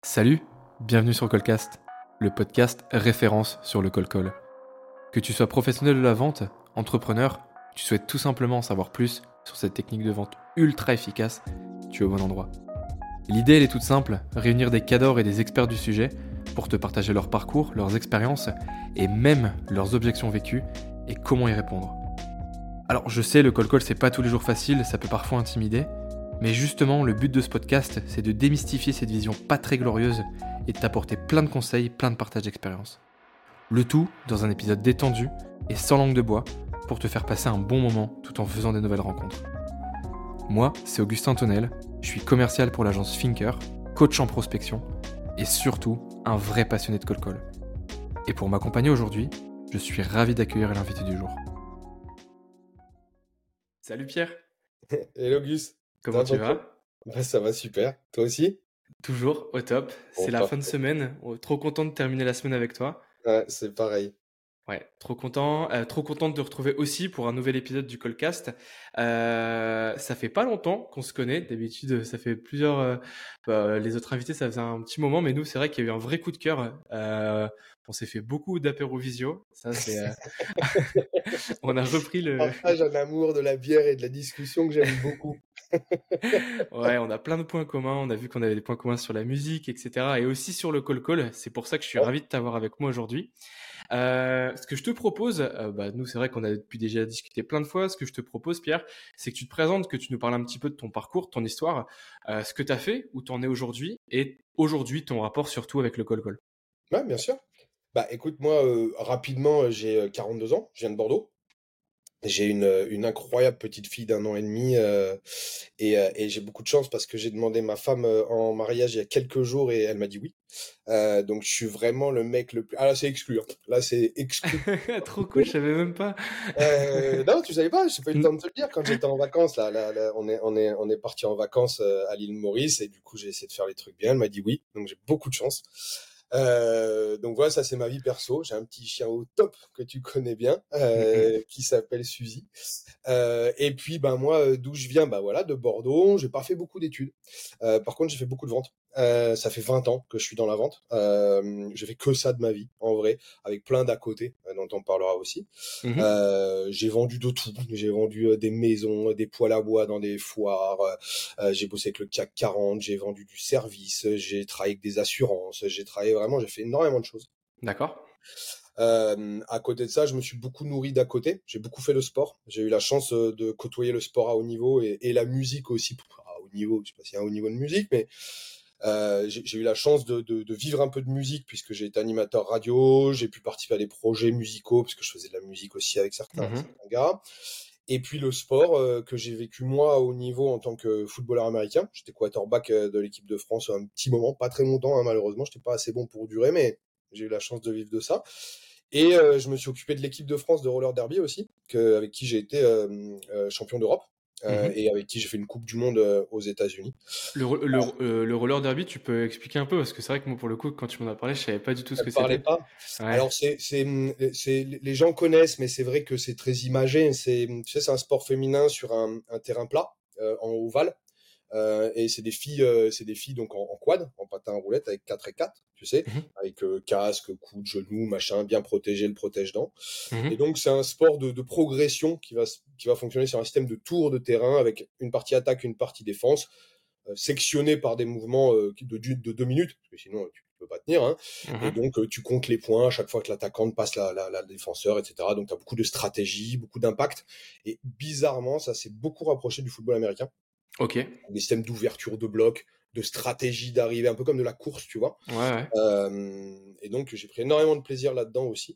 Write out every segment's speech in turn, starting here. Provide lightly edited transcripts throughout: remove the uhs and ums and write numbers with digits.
Salut, bienvenue sur Callcast, le podcast référence sur le call. Que tu sois professionnel de la vente, entrepreneur, tu souhaites tout simplement en savoir plus sur cette technique de vente ultra efficace, tu es au bon endroit. L'idée elle est toute simple, réunir des cadors et des experts du sujet pour te partager leur parcours, leurs expériences et même leurs objections vécues et comment y répondre. Alors je sais, le call c'est pas tous les jours facile, ça peut parfois intimider, mais justement le but de ce podcast c'est de démystifier cette vision pas très glorieuse et de t'apporter plein de conseils, plein de partages d'expérience. Le tout dans un épisode détendu et sans langue de bois pour te faire passer un bon moment tout en faisant des nouvelles rencontres. Moi, c'est Augustin Tonnel, je suis commercial pour l'agence Finker, coach en prospection et surtout un vrai passionné de call. Et pour m'accompagner aujourd'hui, je suis ravi d'accueillir l'invité du jour. Salut Pierre, Hello Gus, comment tu bonjour. vas ? Bah, ça va super. Toi aussi? Toujours au top, Bon, c'est la fin de parfait. semaine, trop content de terminer la semaine avec toi. Ouais, c'est pareil. Ouais, trop content de te retrouver aussi pour un nouvel épisode du Callcast. Ça fait pas longtemps qu'on se connaît, d'habitude ça fait les autres invités ça faisait un petit moment, mais nous c'est vrai qu'il y a eu un vrai coup de cœur. On s'est fait beaucoup d'apéro visio, ça c'est, on a repris Je le, partage un amour de la bière et de la discussion que j'aime beaucoup. ouais, on a plein de points communs, on a vu qu'on avait des points communs sur la musique, etc. et aussi sur le call, c'est pour ça que je suis Ouais, ravi de t'avoir avec moi aujourd'hui. Ce que je te propose, nous c'est vrai qu'on a depuis déjà discuté plein de fois. Ce que je te propose, Pierre, c'est que tu te présentes, que tu nous parles un petit peu de ton parcours, de ton histoire, ce que tu as fait, où tu en es aujourd'hui, et aujourd'hui ton rapport surtout avec le call. ouais, bien sûr. Bah écoute, moi, rapidement, j'ai 42 ans, je viens de Bordeaux. J'ai une incroyable petite fille d'1 an et demi et j'ai beaucoup de chance parce que j'ai demandé ma femme en mariage il y a quelques jours et elle m'a dit oui. Donc je suis vraiment le mec le plus... Ah là c'est exclu, hein. Là c'est exclu. Trop cool, je savais même pas. Non, tu savais pas, j'ai pas eu le Mm. temps de te le dire. Quand j'étais en vacances, là, on est parti en vacances à l'île Maurice et du coup j'ai essayé de faire les trucs bien. Elle m'a dit oui, donc j'ai beaucoup de chance. Donc voilà, ça c'est ma vie perso. J'ai un petit chien au top que tu connais bien, Mm. qui s'appelle Suzy. Et puis ben moi, d'où je viens, bah voilà, de Bordeaux. J'ai pas fait beaucoup d'études. Par contre, j'ai fait beaucoup de ventes. Ça fait 20 ans que je suis dans la vente. J'ai fait que ça de ma vie, en vrai, avec plein d'à côté, dont on parlera aussi. Mhm. J'ai vendu de tout. J'ai vendu des maisons, des poêles à bois dans des foires. J'ai bossé avec le CAC 40. J'ai vendu du service. J'ai travaillé avec des assurances. J'ai travaillé vraiment. J'ai fait énormément de choses. D'accord. À côté de ça, je me suis beaucoup nourri d'à côté. J'ai beaucoup fait le sport. J'ai eu la chance de côtoyer le sport à haut niveau et la musique aussi. À haut niveau, je sais pas s'il y a un haut niveau de musique, mais j'ai eu la chance de vivre un peu de musique puisque j'ai été animateur radio. J'ai pu participer à des projets musicaux parce que je faisais de la musique aussi avec Mhm. certains gars. Et puis le sport que j'ai vécu moi à haut niveau en tant que footballeur américain. J'étais quarterback de l'équipe de France un petit moment, pas très longtemps hein, malheureusement. J'étais pas assez bon pour durer, mais j'ai eu la chance de vivre de ça. Et je me suis occupé de l'équipe de France de roller derby aussi, avec qui j'ai été champion d'Europe Mhm. et avec qui j'ai fait une Coupe du Monde aux États-Unis. Le roller derby, tu peux expliquer un peu parce que c'est vrai que moi pour le coup, quand tu m'en as parlé, je savais pas du tout ce Ça que ne parlait c'était. pas. Ouais. Alors les gens connaissent, mais c'est vrai que c'est très imagé. Tu sais, c'est un sport féminin sur un terrain plat en ovale. Et c'est des filles donc en quad, en patin à roulettes avec 4 et 4, tu sais, Mhm. avec casque, coude, genou, machin, bien protégé, le protège-dents. Et Mhm. donc c'est un sport de progression qui va fonctionner sur un système de tour de terrain avec une partie attaque, une partie défense, sectionné par des mouvements de 2 minutes, parce que sinon tu peux pas tenir. Hein. Et Mhm. donc tu comptes les points à chaque fois que l'attaquante passe la défenseur, etc. Donc tu as beaucoup de stratégie, beaucoup d'impact. Et bizarrement, ça s'est beaucoup rapproché du football américain Ok. des systèmes d'ouverture de bloc, de stratégie d'arrivée, un peu comme de la course, tu vois. Ouais, ouais. Et donc j'ai pris énormément de plaisir là-dedans aussi.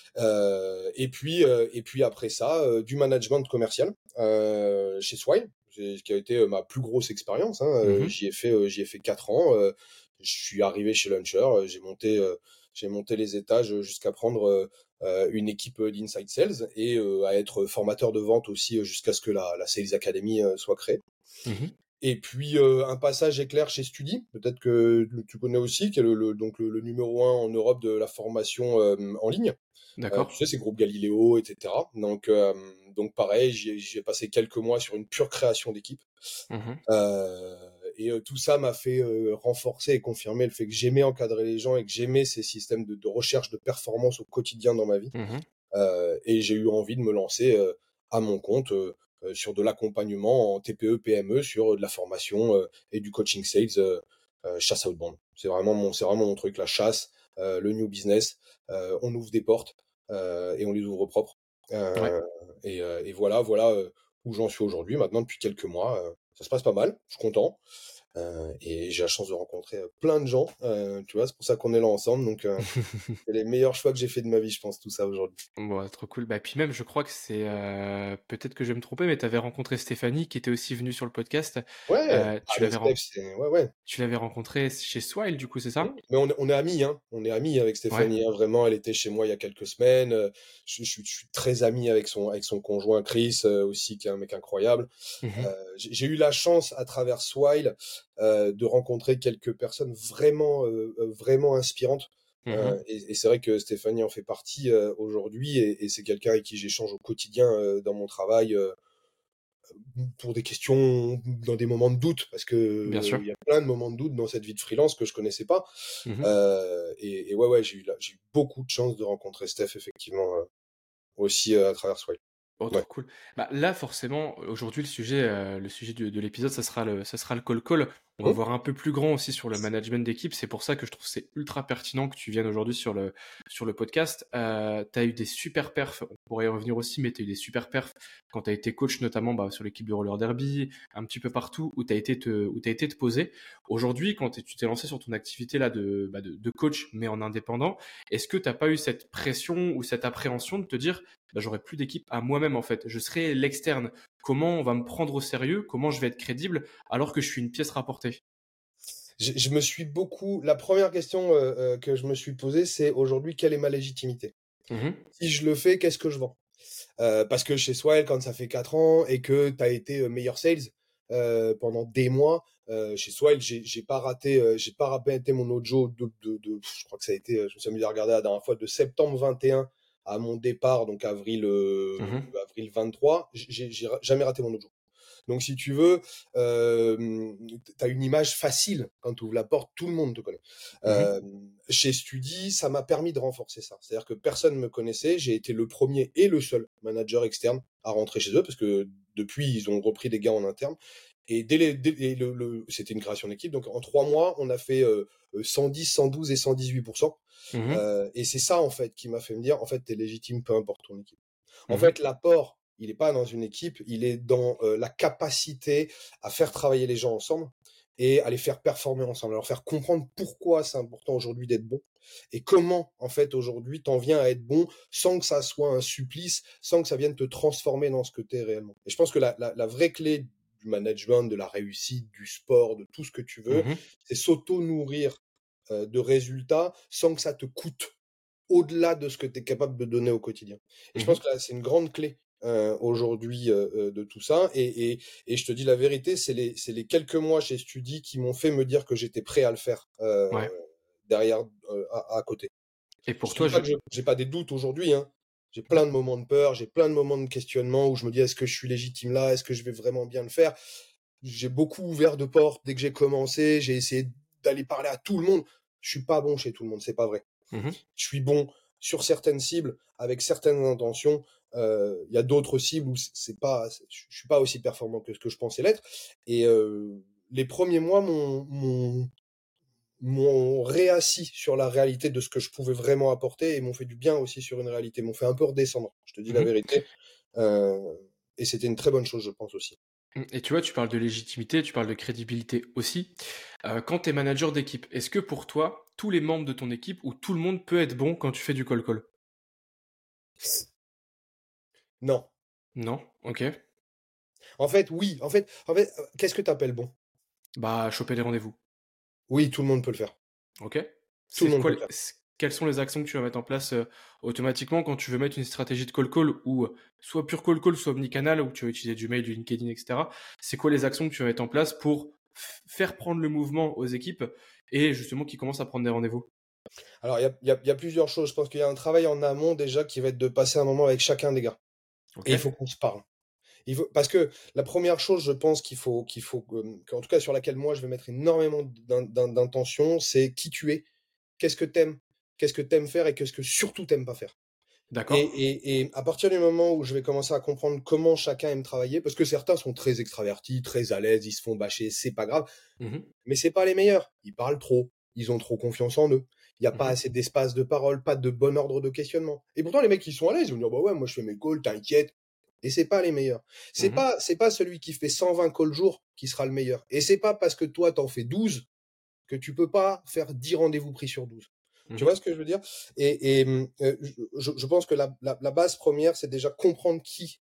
Et puis après ça, du management commercial chez Swile, qui a été ma plus grosse expérience. Hein. Mhm. J'y ai fait 4 ans. Je suis arrivé chez Launcher, j'ai monté les étages jusqu'à prendre une équipe d'inside sales et à être formateur de vente aussi jusqu'à ce que la Sales Academy soit créée. Mhm. Et puis un passage éclair chez Studi, peut-être que tu connais aussi, qui est donc le numéro un en Europe de la formation en ligne. D'accord. Tu sais, c'est groupe Galileo, etc. Donc pareil, j'ai passé quelques mois sur une pure création d'équipe. Mhm. Euh, tout ça m'a fait renforcer et confirmer le fait que j'aimais encadrer les gens et que j'aimais ces systèmes de recherche de performance au quotidien dans ma vie. Mhm. Et j'ai eu envie de me lancer à mon compte sur de l'accompagnement en TPE, PME, sur de la formation et du coaching sales, chasse outbound. C'est vraiment mon truc, la chasse, le new business. On ouvre des portes et on les ouvre propres. Ouais. Euh, et voilà où j'en suis aujourd'hui. Maintenant, depuis quelques mois, ça se passe pas mal. Je suis content. Et j'ai la chance de rencontrer plein de gens. Tu vois, c'est pour ça qu'on est là ensemble. Donc, c'est les meilleurs choix que j'ai fait de ma vie, je pense, tout ça aujourd'hui. Bon, ouais, trop cool. Bah, puis même, je crois que c'est peut-être que je vais me tromper, mais tu avais rencontré Stéphanie qui était aussi venue sur le podcast. Ouais, Tu le l'avais Steph, c'est ouais, ouais. tu l'avais rencontré chez Swile, du coup, c'est Mmh. ça? Mais on est amis, hein. On est amis avec Ouais. Stéphanie, hein, vraiment. Elle était chez moi il y a quelques semaines. Je suis très ami avec son conjoint Chris, aussi, qui est un mec incroyable. Mhm. J'ai eu la chance, à travers Swile, de rencontrer quelques personnes vraiment inspirantes. Mhm. Et c'est vrai que Stéphanie en fait partie aujourd'hui, et c'est quelqu'un avec qui j'échange au quotidien dans mon travail. Pour des questions, dans des moments de doute, parce que Bien sûr. il y a plein de moments de doute dans cette vie de freelance que je connaissais pas. Mhm. Et ouais, j'ai eu beaucoup de chance de rencontrer Steph, effectivement, aussi à travers Swipe. Oh, Ouais. trop cool. Bah, là, forcément, aujourd'hui, le sujet de l'épisode, ça sera le call. On va Hum, voir un peu plus grand aussi sur le management d'équipe. C'est pour ça que je trouve que c'est ultra pertinent que tu viennes aujourd'hui sur le podcast. Tu as eu des super perfs, on pourrait y revenir aussi, mais tu as eu des super perfs quand tu as été coach, notamment bah, sur l'équipe de roller derby, un petit peu partout où tu as été te poser. Aujourd'hui, quand tu t'es lancé sur ton activité là de coach, mais en indépendant, est-ce que tu n'as pas eu cette pression ou cette appréhension de te dire bah, j'aurai plus d'équipe à moi-même en fait. Je serai l'externe. Comment on va me prendre au sérieux? Comment je vais être crédible alors que je suis une pièce rapportée? je me suis beaucoup. La première question que je me suis posée, c'est aujourd'hui, quelle est ma légitimité? Mhm, Si je le fais, qu'est-ce que je vends? Parce que chez Swile, quand ça fait 4 ans et que tu as été meilleur sales pendant des mois, chez Swile, j'ai pas raté mon Ojo je crois que ça a été, je me suis amusé à regarder la dernière fois, de septembre 21 à mon départ, donc mhm, avril 23, j'ai jamais raté mon Ojo. Donc, si tu veux, tu as une image facile quand tu ouvres la porte, tout le monde te connaît. mhm, Euh, Chez Studi, ça m'a permis de renforcer ça. C'est-à-dire que personne ne me connaissait. J'ai été le premier et le seul manager externe à rentrer chez eux, parce que depuis, ils ont repris des gars en interne. Et c'était une création d'équipe. Donc, en 3 mois, on a fait 110, 112 et 118%. mhm, Et c'est ça, en fait, qui m'a fait me dire, en fait, tu es légitime, peu importe ton équipe. En mhm, fait, l'apport, il n'est pas dans une équipe, il est dans la capacité à faire travailler les gens ensemble et à les faire performer ensemble, à leur faire comprendre pourquoi c'est important aujourd'hui d'être bon et comment, en fait, aujourd'hui, t'en viens à être bon sans que ça soit un supplice, sans que ça vienne te transformer dans ce que t'es réellement. Et je pense que la vraie clé du management, de la réussite, du sport, de tout ce que tu veux, mhm, c'est s'auto-nourrir de résultats sans que ça te coûte au-delà de ce que tu es capable de donner au quotidien. Et je pense mhm, que là, c'est une grande clé aujourd'hui de tout ça. Et je te dis la vérité, c'est les quelques mois chez Studi qui m'ont fait me dire que j'étais prêt à le faire ouais. derrière, à côté. Et Je pour te toi, dis pas que j'ai pas des doutes aujourd'hui, hein. J'ai plein de moments de peur, j'ai plein de moments de questionnement où je me dis, est-ce que je suis légitime là? Est-ce que je vais vraiment bien le faire? J'ai beaucoup ouvert de portes dès que j'ai commencé. J'ai essayé d'aller parler à tout le monde. Je suis pas bon chez tout le monde, c'est pas vrai. mhm, Je suis bon sur certaines cibles avec certaines intentions. Il y a d'autres cibles où je suis pas aussi performant que ce que je pensais l'être. Et les premiers mois m'ont réassis sur la réalité de ce que je pouvais vraiment apporter et m'ont fait du bien aussi sur une réalité, m'ont fait un peu redescendre. Je te dis la mhm. vérité. Euh, et c'était une très bonne chose, je pense aussi. Et tu vois, tu parles de légitimité, tu parles de crédibilité aussi. Quand tu es manager d'équipe, est-ce que pour toi, tous les membres de ton équipe ou tout le monde peut être bon quand tu fais du call? Non. Non? Ok. En fait, oui. Qu'est-ce que tu appelles bon? Bah, choper les rendez-vous. Oui, tout le monde peut le faire. Ok. Tout le C'est monde quoi peut le faire. quelles sont les actions que tu vas mettre en place automatiquement quand tu veux mettre une stratégie de call ou soit pure call, soit omnicanal, où tu vas utiliser du mail, du LinkedIn, etc. C'est quoi les actions que tu vas mettre en place pour faire prendre le mouvement aux équipes et justement qui commencent à prendre des rendez-vous? Alors, il y a plusieurs choses. Je pense qu'il y a un travail en amont déjà qui va être de passer un moment avec chacun des gars. Ok. Et il faut qu'on se parle. Parce que la première chose, je pense qu'en tout cas sur laquelle moi je vais mettre énormément d'intention, c'est qui tu es, qu'est-ce que t'aimes faire et qu'est-ce que surtout t'aimes pas faire. Et, D'accord. et à partir du moment où je vais commencer à comprendre comment chacun aime travailler, parce que certains sont très extravertis, très à l'aise, ils se font bâcher, c'est pas grave, Mhm. mais c'est pas les meilleurs. Ils parlent trop, ils ont trop confiance en eux. Il n'y a pas Mhm. assez d'espace de parole, pas de bon ordre de questionnement. Et pourtant, les mecs qui sont à l'aise, ils vont dire, bah ouais, moi je fais mes calls, t'inquiète. Et c'est pas les meilleurs. Mhm. C'est pas celui qui fait 120 calls jour qui sera le meilleur. Et c'est pas parce que toi t'en fais 12 que tu peux pas faire 10 rendez-vous pris sur 12. Tu Mhm. vois ce que je veux dire? Je pense que la base première, c'est déjà comprendre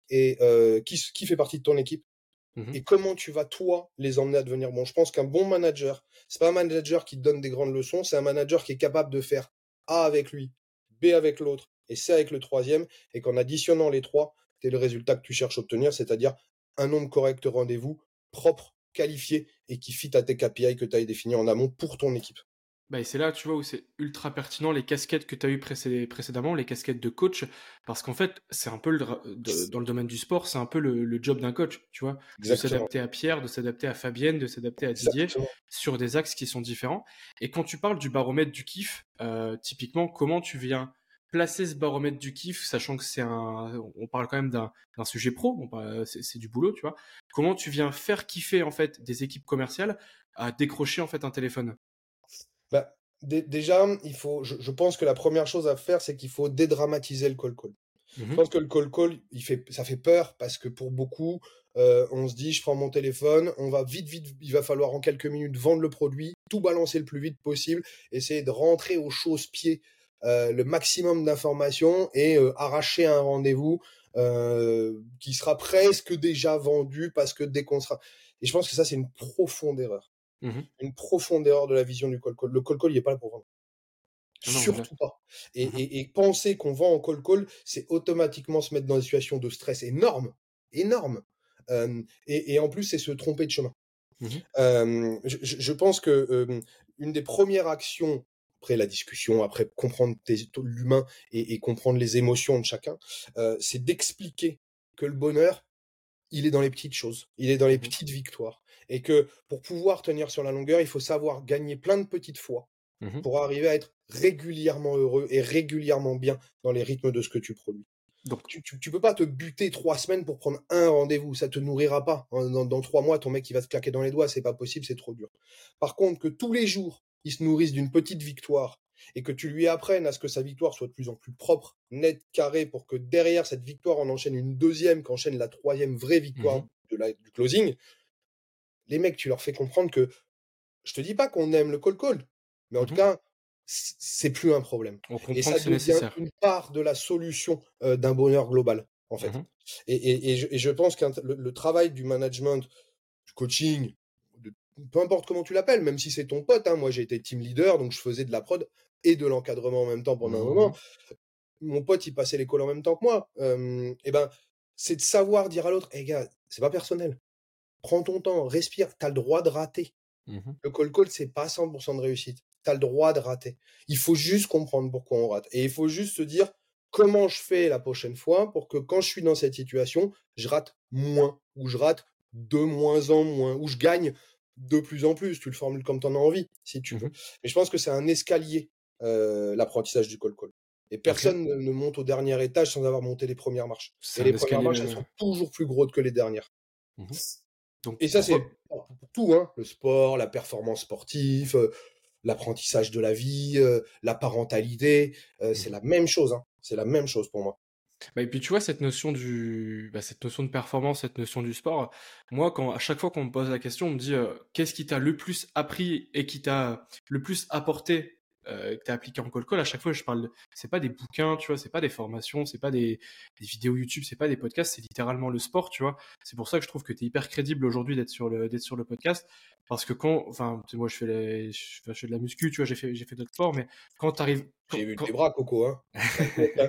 qui fait partie de ton équipe Mhm. et comment tu vas, toi, les emmener à devenir bons. Je pense qu'un bon manager, c'est pas un manager qui te donne des grandes leçons, c'est un manager qui est capable de faire A avec lui, B avec l'autre et C avec le troisième, et qu'en additionnant les trois, c'est le résultat que tu cherches à obtenir, c'est-à-dire un nombre correct de rendez-vous, propre, qualifié et qui fit à tes KPI que tu as définis en amont pour ton équipe. Bah, et c'est là, tu vois, où c'est ultra pertinent les casquettes que tu as eues précédemment, les casquettes de coach, parce qu'en fait, c'est un peu dans le domaine du sport, c'est un peu le job d'un coach, tu vois, de Exactement. s'adapter à Pierre, de s'adapter à Fabienne, de s'adapter à Didier Exactement. sur des axes qui sont différents. Et quand tu parles du baromètre du kiff, typiquement, comment tu viens placer ce baromètre du kiff, sachant que on parle quand même d'un sujet pro, c'est du boulot, tu vois. Comment tu viens faire kiffer en fait des équipes commerciales à décrocher en fait un téléphone? Bah, déjà, je pense que la première chose à faire, c'est qu'il faut dédramatiser le call call. Je Mhm. pense que le call call, ça fait peur parce que pour beaucoup, on se dit, je prends mon téléphone, on va vite, il va falloir en quelques minutes vendre le produit, tout balancer le plus vite possible, essayer de rentrer aux chausse-pieds le maximum d'informations et arracher un rendez-vous qui sera presque déjà vendu parce que dès qu'on sera... Et je pense que ça, c'est une profonde erreur. Mhm. Une profonde erreur de la vision du call call. Le call call, il est pas là pour vendre. Ah non, mais là. Surtout pas. Mhm. Et penser qu'on vend en call call, c'est automatiquement se mettre dans une situation de stress énorme. Énorme. Et en plus, c'est se tromper de chemin. Mhm. Je pense que une des premières actions, après la discussion, après comprendre l'humain et comprendre les émotions de chacun, c'est d'expliquer que le bonheur, il est dans les petites choses, il est dans les Mhm. petites victoires. Et que pour pouvoir tenir sur la longueur, il faut savoir gagner plein de petites fois Mhm. pour arriver à être régulièrement heureux et régulièrement bien dans les rythmes de ce que tu produis. Donc, Tu peux pas te buter 3 semaines pour prendre un rendez-vous, ça te nourrira pas. Dans 3 mois, ton mec il va te claquer dans les doigts, c'est pas possible, c'est trop dur. Par contre, que tous les jours, il se nourrisse d'une petite victoire et que tu lui apprennes à ce que sa victoire soit de plus en plus propre, nette, carrée, pour que derrière cette victoire, on enchaîne une deuxième, qu'enchaîne la troisième vraie victoire mhm. du closing, les mecs, tu leur fais comprendre que je te dis pas qu'on aime le call-call, mais en tout Mhm. cas, c'est plus un problème. On Et comprend ça que c'est devient nécessaire. une part de la solution d'un bonheur global, en fait. Mhm. Et je pense que le travail du management, du coaching, de, peu importe comment tu l'appelles, même si c'est ton pote, hein, moi j'ai été team leader, donc je faisais de la prod et de l'encadrement en même temps pendant un moment. Mhm. Mon pote, il passait l'école en même temps que moi. Et ben, c'est de savoir dire à l'autre, hé gars, c'est pas personnel. Prends ton temps, respire, t'as le droit de rater. Mhm. Le call-call, c'est pas 100% de réussite. Tu as le droit de rater. Il faut juste comprendre pourquoi on rate. Et il faut juste se dire comment je fais la prochaine fois pour que quand je suis dans cette situation, je rate moins, ou je rate de moins en moins, ou je gagne de plus en plus. Tu le formules comme tu en as envie, si tu veux. Mhm. Mais je pense que c'est un escalier, l'apprentissage du call-call. Et Ok. personne ne monte au dernier étage sans avoir monté les premières marches. C'est Et un les premières escalier marches, elles même. sont toujours plus grosses que les dernières. Mhm. Donc, Et ça, c'est pour tout, hein. Le sport, la performance sportive, l'apprentissage de la vie, la parentalité, c'est Mhm. la même chose, hein. C'est la même chose pour moi. Bah, et puis tu vois cette notion de performance, cette notion du sport. Moi, à chaque fois qu'on me pose la question, on me dit qu'est-ce qui t'a le plus appris et qui t'a le plus apporté, que t'as appliqué en call call. À chaque fois, c'est pas des bouquins, tu vois, c'est pas des formations, c'est pas des vidéos YouTube, c'est pas des podcasts, c'est littéralement le sport, tu vois. C'est pour ça que je trouve que t'es hyper crédible aujourd'hui d'être sur le podcast, parce que enfin, tu sais, moi je fais de la muscu, tu vois, j'ai fait d'autres sports, mais quand t'arrives, J'ai vu tes bras, Coco, hein. T'inquiète, hein.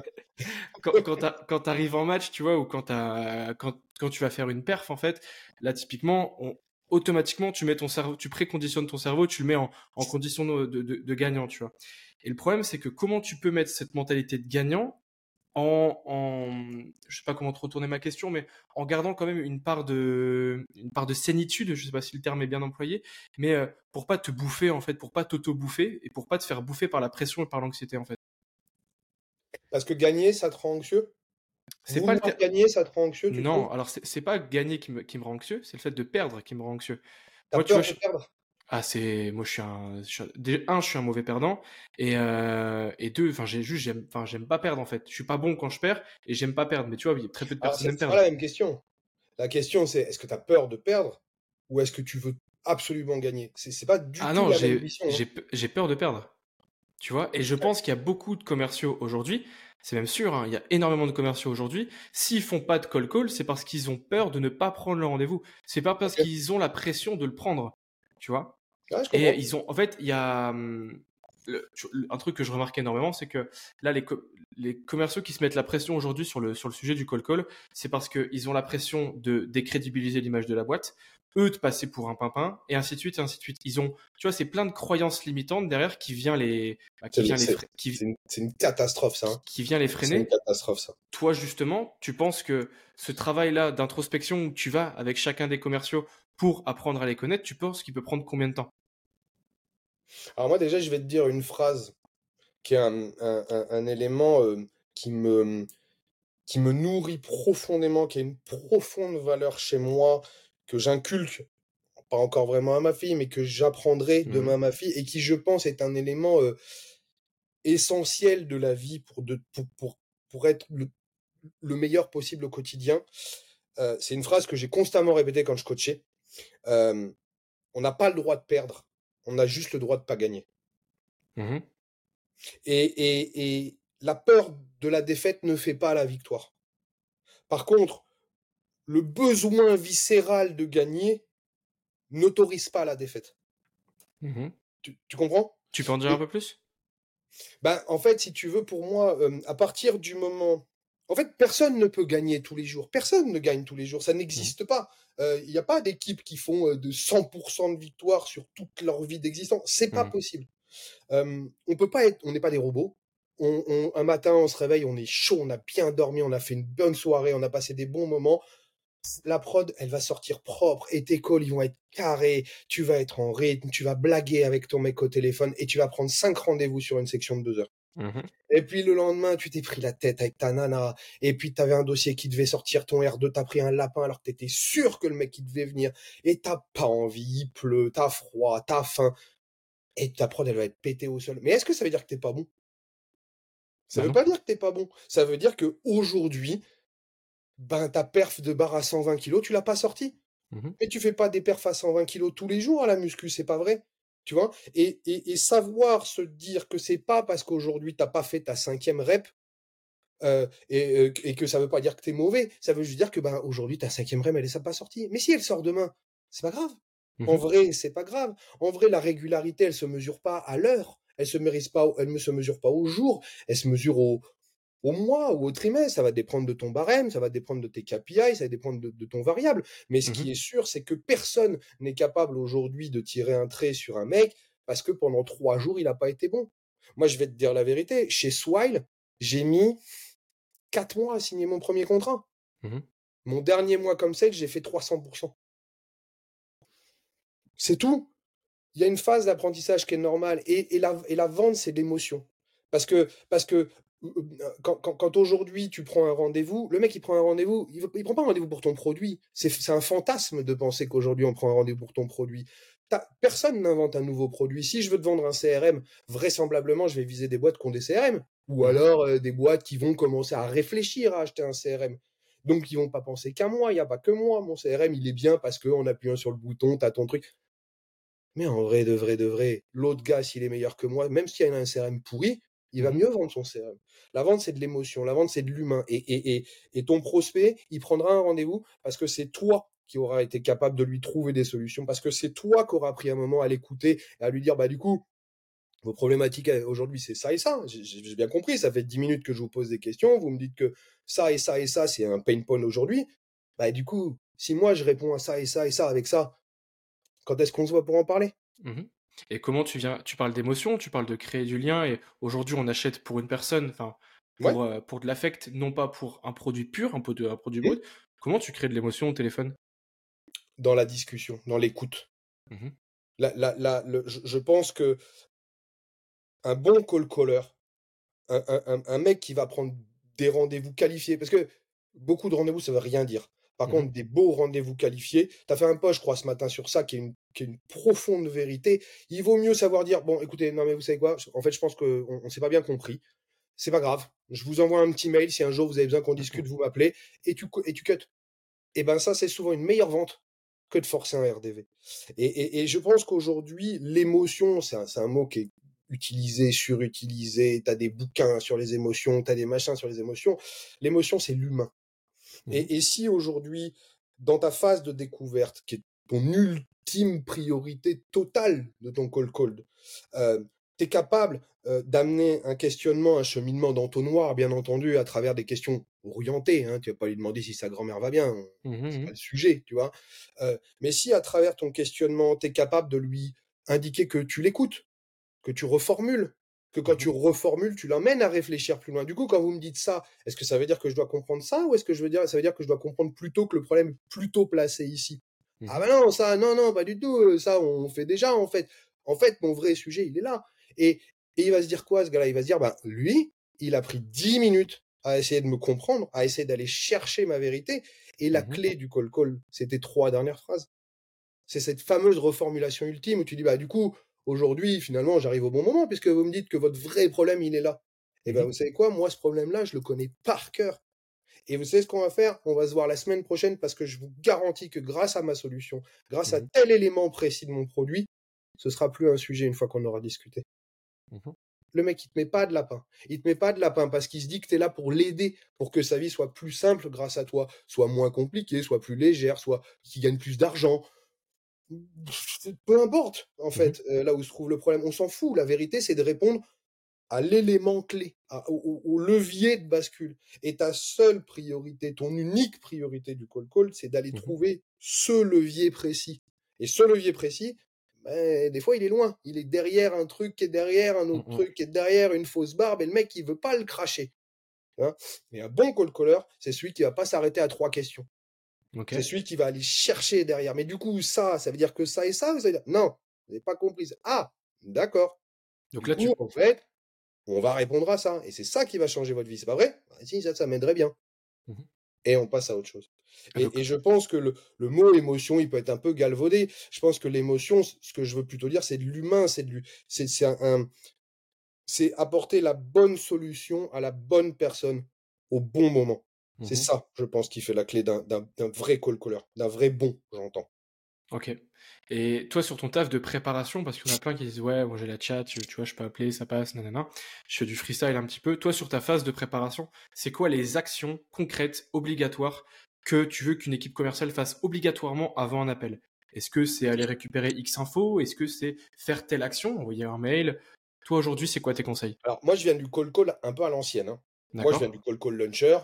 quand t'arrives en match, tu vois, ou quand tu vas faire une perf, en fait, là, typiquement, automatiquement, tu mets ton cerveau, tu préconditionnes ton cerveau, tu le mets en condition de gagnant, tu vois. Et le problème, c'est que comment tu peux mettre cette mentalité de gagnant je sais pas comment te retourner ma question, mais en gardant quand même une part de sénitude, je sais pas si le terme est bien employé, mais pour pas te bouffer en fait, pour pas t'auto-bouffer et pour pas te faire bouffer par la pression et par l'anxiété en fait. Parce que gagner, ça te rend anxieux? C'est pas le Vouloir ter- gagner, ça te rend anxieux, tu trouves? Non, alors c'est pas gagner qui me rend anxieux, c'est le fait de perdre qui me rend anxieux. T'as Moi, tu vois, peur de perdre? moi, je suis un mauvais perdant et deux, enfin, j'aime pas perdre en fait. Je suis pas bon quand je perds et j'aime pas perdre. Mais tu vois, très peu de Alors, personnes aiment c'est pas perdre. la même question. La question, c'est est-ce que tu as peur de perdre ou est-ce que tu veux absolument gagner? C'est pas du Ah tout non, la même ambition, hein. j'ai peur de perdre. Tu vois, et je Ouais, pense qu'il y a beaucoup de commerciaux aujourd'hui, c'est même sûr, hein, il y a énormément de commerciaux aujourd'hui, s'ils font pas de call call, c'est parce qu'ils ont peur de ne pas prendre le rendez-vous. C'est pas parce OK. qu'ils ont la pression de le prendre, tu vois. Ouais, je Et comprends. en fait, il y a un truc que je remarque énormément, c'est que là, les commerciaux qui se mettent la pression aujourd'hui sur le sujet du call call, c'est parce qu'ils ont la pression de décrédibiliser l'image de la boîte, eux de passer pour un pimpin, et ainsi de suite, et ainsi de suite. Tu vois, c'est plein de croyances limitantes derrière C'est c'est une catastrophe, ça, hein. qui vient les C'est une freiner. catastrophe, ça. Toi, justement, tu penses que ce travail-là d'introspection où tu vas avec chacun des commerciaux pour apprendre à les connaître, tu penses qu'il peut prendre combien de temps? Alors moi, déjà, je vais te dire une phrase qui est un élément qui me nourrit profondément, qui a une profonde valeur chez moi, que j'inculque, pas encore vraiment à ma fille, mais que j'apprendrai demain Mhm, à ma fille, et qui, je pense, est un élément essentiel de la vie pour être le meilleur possible au quotidien. C'est une phrase que j'ai constamment répétée quand je coachais. Euh, on n'a pas le droit de perdre, on a juste le droit de pas gagner. mhm, Et la peur de la défaite ne fait pas la victoire. Par contre, le besoin viscéral de gagner n'autorise pas la défaite. mhm. Tu comprends? Tu peux en dire un Et peu plus? ben, en fait, si tu veux, pour moi, à partir du moment... En fait, personne ne peut gagner tous les jours. Personne ne gagne tous les jours. Ça Mhm, n'existe pas. Il n'y a pas d'équipe qui font de 100% de victoire sur toute leur vie d'existence. C'est pas mhm, possible. On peut pas être, on n'est pas des robots. Un matin, on se réveille, on est chaud, on a bien dormi, on a fait une bonne soirée, on a passé des bons moments. La prod, elle va sortir propre et tes calls, ils vont être carrés. Tu vas être en rythme, tu vas blaguer avec ton mec au téléphone et tu vas prendre 5 rendez-vous sur une section de 2 heures. mhm, Et puis le lendemain, tu t'es pris la tête avec ta nana. Et puis tu avais un dossier qui devait sortir, ton R2, t'as pris un lapin alors que t'étais sûr que le mec il devait venir. Et t'as pas envie, il pleut, t'as froid, t'as faim. Et ta prod, elle va être pétée au sol. Mais est-ce que ça veut dire que t'es pas bon? Ça bah veut non. pas dire que t'es pas bon. Ça veut dire que aujourd'hui, ben ta perf de barre à 120 kilos, tu l'as pas sorti. Mhm, Mais tu fais pas des perfs à 120 kilos tous les jours à la muscu, c'est pas vrai. Tu vois? Et savoir se dire que c'est pas parce qu'aujourd'hui t'as pas fait ta cinquième rep, et que ça veut pas dire que t'es mauvais. Ça veut juste dire que ben aujourd'hui ta cinquième rep, elle est pas sortie. Mais si elle sort demain, c'est pas grave. En mhm, vrai, c'est pas grave. En vrai, la régularité, elle se mesure pas à l'heure. Elle ne se mesure pas au jour. Elle se mesure au mois ou au trimestre. Ça va dépendre de ton barème, ça va dépendre de tes KPI, ça va dépendre de ton variable. Mais ce mhm, qui est sûr, c'est que personne n'est capable aujourd'hui de tirer un trait sur un mec parce que pendant 3 jours, il n'a pas été bon. Moi, je vais te dire la vérité. Chez Swile, j'ai mis 4 mois à signer mon premier contrat. mhm, Mon dernier mois comme sales, j'ai fait 300%. C'est tout. Il y a une phase d'apprentissage qui est normale. Et la vente, c'est de l'émotion. Parce que quand aujourd'hui tu prends un rendez-vous, le mec il prend un rendez-vous, il prend pas un rendez-vous pour ton produit. C'est un fantasme de penser qu'aujourd'hui on prend un rendez-vous pour ton produit. Personne n'invente un nouveau produit. Si je veux te vendre un CRM, vraisemblablement je vais viser des boîtes qui ont des CRM. Ou mhm, alors des boîtes qui vont commencer à réfléchir à acheter un CRM. Donc ils vont pas penser qu'à moi, il n'y a pas que moi. Mon CRM il est bien parce qu'en appuyant sur le bouton, tu as ton truc. Mais en vrai de vrai, l'autre gars, s'il est meilleur que moi, même s'il a un CRM pourri, il va mhm, mieux vendre son CRM. La vente, c'est de l'émotion. La vente, c'est de l'humain. Et ton prospect, il prendra un rendez-vous parce que c'est toi qui auras été capable de lui trouver des solutions, parce que c'est toi qui auras pris un moment à l'écouter et à lui dire, bah, du coup, vos problématiques aujourd'hui, c'est ça et ça. J'ai bien compris. Ça fait 10 minutes que je vous pose des questions. Vous me dites que ça et ça et ça, c'est un pain point aujourd'hui. Bah, du coup, si moi, je réponds à ça et ça et ça avec ça, quand est-ce qu'on se voit pour en parler? mhm. Et comment tu parles d'émotion, tu parles de créer du lien, et aujourd'hui on achète pour une personne, enfin, Ouais, pour de l'affect, non pas pour un produit pur, un produit mmh, brut. Comment tu crées de l'émotion au téléphone? dans la discussion, dans l'écoute. Mmh. Je pense que un bon call caller, un mec qui va prendre des rendez-vous qualifiés, parce que beaucoup de rendez-vous, ça veut rien dire. Par Mmh. contre, des beaux rendez-vous qualifiés, tu as fait un post, je crois, ce matin sur ça, qui est une profonde vérité. Il vaut mieux savoir dire: «Bon, écoutez, non, mais vous savez quoi? En fait, je pense qu'on s'est pas bien compris. C'est pas grave. Je vous envoie un petit mail. Si un jour vous avez besoin qu'on Mmh discute, mh. vous m'appelez», et tu cut. Et ben ça, c'est souvent une meilleure vente que de forcer un RDV. Et je pense qu'aujourd'hui, l'émotion, c'est un mot qui est utilisé, surutilisé. Tu as des bouquins sur les émotions, tu as des machins sur les émotions. L'émotion, c'est l'humain. Mmh. Et si aujourd'hui, dans ta phase de découverte, qui est ton ultime priorité totale de ton call cold, tu es capable d'amener un questionnement, un cheminement d'entonnoir, bien entendu, à travers des questions orientées. Hein, tu vas pas lui demander si sa grand-mère va bien, Mmh c'est mh. pas le sujet, tu vois. Mais si à travers ton questionnement, tu es capable de lui indiquer que tu l'écoutes, que tu reformules, que quand Mmh. tu reformules, tu l'emmènes à réfléchir plus loin. Du coup, quand vous me dites ça, est-ce que ça veut dire que je dois comprendre ça ou est-ce que ça veut dire que je dois comprendre plutôt que le problème est plutôt placé ici? Ah Mmh. bah non, ça, non, non, pas du tout. Ça, on fait déjà, en fait. En fait, mon vrai sujet, il est là. Et, et il va se dire quoi, ce gars-là? Il va se dire, bah, lui, il a pris 10 minutes à essayer de me comprendre, à essayer d'aller chercher ma vérité. Et la Mmh. clé du call, c'était 3 dernières phrases. C'est cette fameuse reformulation ultime où tu dis, bah, du coup, aujourd'hui, finalement, j'arrive au bon moment puisque vous me dites que votre vrai problème, il est là. Et ben, Mmh. vous savez quoi? Moi, ce problème-là, je le connais par cœur. Et vous savez ce qu'on va faire? On va se voir la semaine prochaine parce que je vous garantis que grâce à ma solution, grâce à Mmh. tel élément précis de mon produit, ce sera plus un sujet une fois qu'on aura discuté. Mmh. Le mec, il te met pas de lapin. Il te met pas de lapin parce qu'il se dit que tu es là pour l'aider, pour que sa vie soit plus simple grâce à toi, soit moins compliquée, soit plus légère, soit qu'il gagne plus d'argent. Peu importe, en Mmh. fait, là où se trouve le problème. On s'en fout. La vérité, c'est de répondre à l'élément clé, au levier de bascule. Et ta seule priorité, ton unique priorité du call, c'est d'aller Mmh. trouver ce levier précis. Et ce levier précis, ben, des fois, il est loin. Il est derrière un truc qui est derrière un autre Mmh. truc qui est derrière une fausse barbe et le mec, il veut pas le cracher. Hein. Et un bon call-caller, c'est celui qui va pas s'arrêter à 3 questions. C'est OK. celui qui va aller chercher derrière. Mais du coup, ça veut dire que ça et ça, vous allez dire, non, vous n'avez pas compris. Ah, d'accord. Donc Du là, tu coup, en fait, on va répondre à ça. Et c'est ça qui va changer votre vie. C'est pas vrai? Bah, si, ça m'aiderait bien. mmh Et on passe à autre chose. Et donc je pense que le mot émotion, il peut être un peu galvaudé. Je pense que l'émotion, ce que je veux plutôt dire, c'est de l'humain, c'est apporter la bonne solution à la bonne personne au bon moment. C'est mmh ça, je pense, qui fait la clé d'un vrai call-caller, d'un vrai bon, j'entends. OK. Et toi, sur ton taf de préparation, parce qu'il y en a plein qui disent: «Ouais, moi j'ai la chat, tu vois, je peux appeler, ça passe, nanana». Je fais du freestyle un petit peu. Toi, sur ta phase de préparation, c'est quoi les actions concrètes, obligatoires, que tu veux qu'une équipe commerciale fasse obligatoirement avant un appel? Est-ce que c'est aller récupérer X infos? Est-ce que c'est faire telle action, envoyer un mail? Toi, aujourd'hui, c'est quoi tes conseils? Alors, moi, je viens du call un peu à l'ancienne, hein. Moi, je viens D'accord? du call launcher.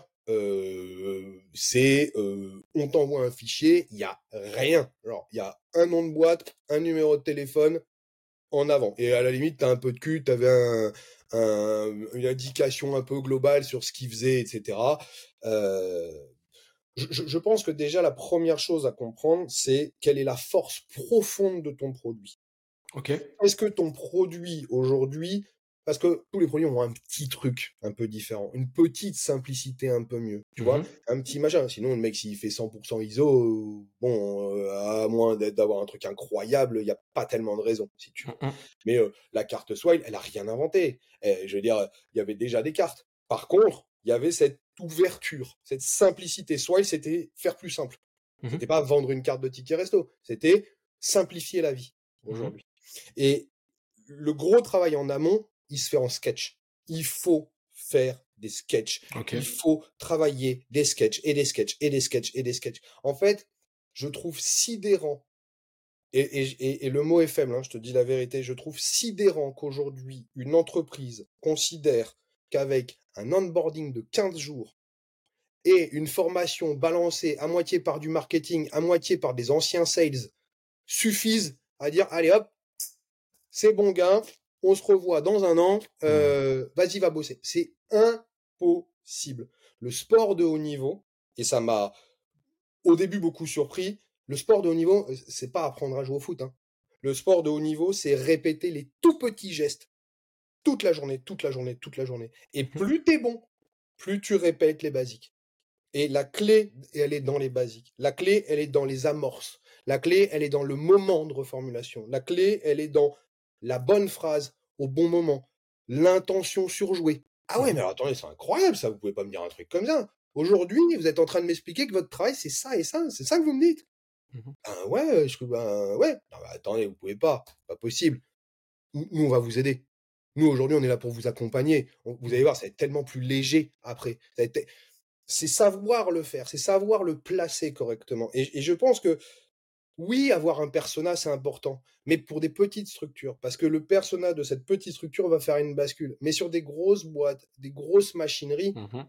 On t'envoie un fichier, il y a rien. Alors, il y a un nom de boîte, un numéro de téléphone en avant. Et à la limite, tu as un peu de cul, tu avais une indication un peu globale sur ce qu'il faisait, etc. Euh, je pense que déjà, la première chose à comprendre, c'est quelle est la force profonde de ton produit. OK. Est-ce que ton produit aujourd'hui, parce que tous les produits ont un petit truc un peu différent, une petite simplicité un peu mieux, tu vois, Mmh. un petit machin. Sinon, le mec, s'il fait 100% ISO, bon, à moins d'avoir un truc incroyable, il n'y a pas tellement de raisons, si tu Mmh veux. mh. Mais la carte Swile, elle a rien inventé. Je veux dire, il y avait déjà des cartes. Par contre, il y avait cette ouverture, cette simplicité. Swile, c'était faire plus simple. Mmh. C'était pas vendre une carte de ticket resto, c'était simplifier la vie Mmh. aujourd'hui. Et le gros travail en amont, il se fait en sketch. Il faut faire des sketchs. OK. Il faut travailler des sketchs et des sketchs et des sketchs et des sketchs. En fait, je trouve sidérant, et le mot est faible, hein, je te dis la vérité, je trouve sidérant qu'aujourd'hui, une entreprise considère qu'avec un onboarding de 15 jours et une formation balancée à moitié par du marketing, à moitié par des anciens sales, suffisent à dire, allez hop, c'est bon gars, on se revoit dans un an, Mmh. vas-y, va bosser. C'est possible. Le sport de haut niveau, et ça m'a au début beaucoup surpris, le sport de haut niveau, c'est pas apprendre à jouer au foot, hein. Le sport de haut niveau, c'est répéter les tout petits gestes toute la journée, toute la journée, toute la journée. Et Mhm. plus t'es bon, plus tu répètes les basiques. Et la clé, elle est dans les basiques. La clé, elle est dans les amorces. La clé, elle est dans le moment de reformulation. La clé, elle est dans la bonne phrase au bon moment. L'intention surjouée. Ah ouais, mais Mhm. alors attendez, c'est incroyable ça, vous pouvez pas me dire un truc comme ça. Aujourd'hui, vous êtes en train de m'expliquer que votre travail, c'est ça et ça. C'est ça que vous me dites. Mhm. Ben ouais, ben ouais. Non, ben attendez, vous pouvez pas. Pas possible. Nous, on va vous aider. Nous, aujourd'hui, on est là pour vous accompagner. Vous allez Mhm. voir, ça va être tellement plus léger après. C'est savoir le faire, c'est savoir le placer correctement. Et je pense que oui, avoir un persona, c'est important, mais pour des petites structures, parce que le persona de cette petite structure va faire une bascule. Mais sur des grosses boîtes, des grosses machineries, Mhm.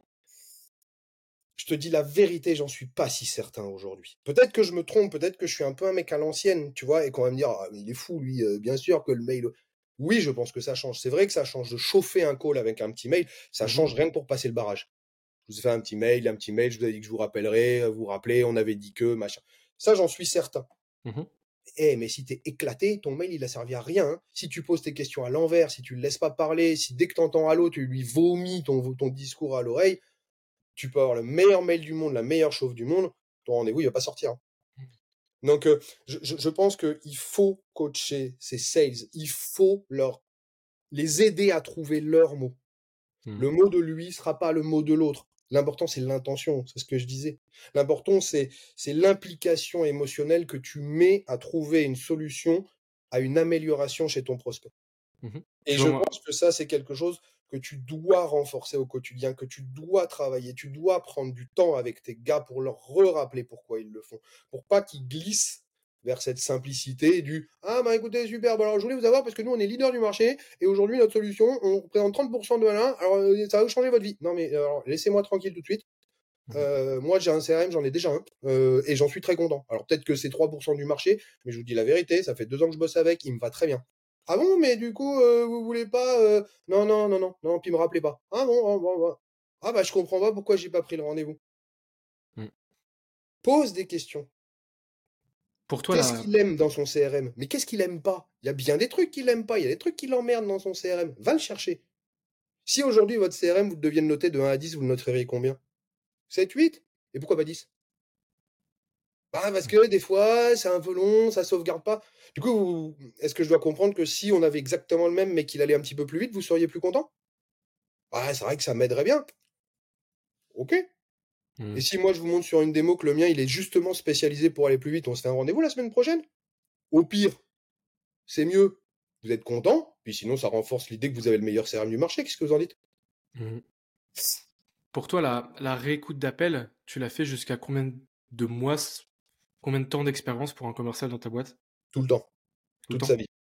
je te dis la vérité, j'en suis pas si certain aujourd'hui. Peut-être que je me trompe, peut-être que je suis un peu un mec à l'ancienne, tu vois, et qu'on va me dire, ah, mais il est fou, lui, bien sûr que le mail. Oui, je pense que ça change. C'est vrai que ça change de chauffer un call avec un petit mail, ça Mhm. change rien que pour passer le barrage. Je vous ai fait un petit mail, je vous ai dit que je vous rappellerai, vous vous rappelez, on avait dit que, machin. Ça, j'en suis certain. Mhm. Eh, mais si t'es éclaté, ton mail, il a servi à rien, hein. Si tu poses tes questions à l'envers, si tu le laisses pas parler, si dès que t'entends allô, tu lui vomis ton discours à l'oreille, tu peux avoir le meilleur mail du monde, la meilleure chauffe du monde, ton rendez-vous, il va pas sortir, hein. Donc, je pense qu'il faut coacher ces sales. Il faut les aider à trouver leur mot. Le Mhm. mot de lui sera pas le mot de l'autre. L'important, c'est l'intention, c'est ce que je disais. L'important, c'est l'implication émotionnelle que tu mets à trouver une solution à une amélioration chez ton prospect. Mhm. Et Tu vois, je moi, pense que ça, c'est quelque chose que tu dois renforcer au quotidien, que tu dois travailler, tu dois prendre du temps avec tes gars pour leur rappeler pourquoi ils le font, pour pas qu'ils glissent vers cette simplicité du ah bah écoutez super, bah alors je voulais vous avoir parce que nous on est leader du marché et aujourd'hui notre solution on représente 30% de malin, alors ça va vous changer votre vie. Non mais alors laissez-moi tranquille tout de suite. Mhm. Moi j'ai un CRM, j'en ai déjà un et j'en suis très content. Alors peut-être que c'est 3% du marché, mais je vous dis la vérité, ça fait 2 ans que je bosse avec, il me va très bien. Ah bon, mais du coup, vous voulez pas non, non, non, non, non, puis me rappelez pas. Ah bon, ah, bon, bon. Ah bah je comprends pas pourquoi j'ai pas pris le rendez-vous. Mhm. Pose des questions. Pour toi, Qu'est-ce là, qu'il aime dans son CRM? Mais qu'est-ce qu'il aime pas? Il y a bien des trucs qu'il aime pas, il y a des trucs qui l'emmerdent dans son CRM. Va le chercher. Si aujourd'hui votre CRM, vous deviez le noter de 1 à 10, vous le noteriez combien? 7, 8? Et pourquoi pas 10? Bah, parce que des fois, c'est un peu long, ça sauvegarde pas. Du coup, est-ce que je dois comprendre que si on avait exactement le même, mais qu'il allait un petit peu plus vite, vous seriez plus content? Ouais, c'est vrai que ça m'aiderait bien. Ok. Et Mhm. si moi je vous montre sur une démo que le mien il est justement spécialisé pour aller plus vite, on se fait un rendez-vous la semaine prochaine? Au pire, c'est mieux. Vous êtes content, puis sinon ça renforce l'idée que vous avez le meilleur CRM du marché. Qu'est-ce que vous en dites? Mhm. Pour toi, la réécoute d'appel, tu l'as fait jusqu'à combien de mois, combien de temps d'expérience pour un commercial dans ta boîte? Tout le temps, Tout le toute sa temps? vie,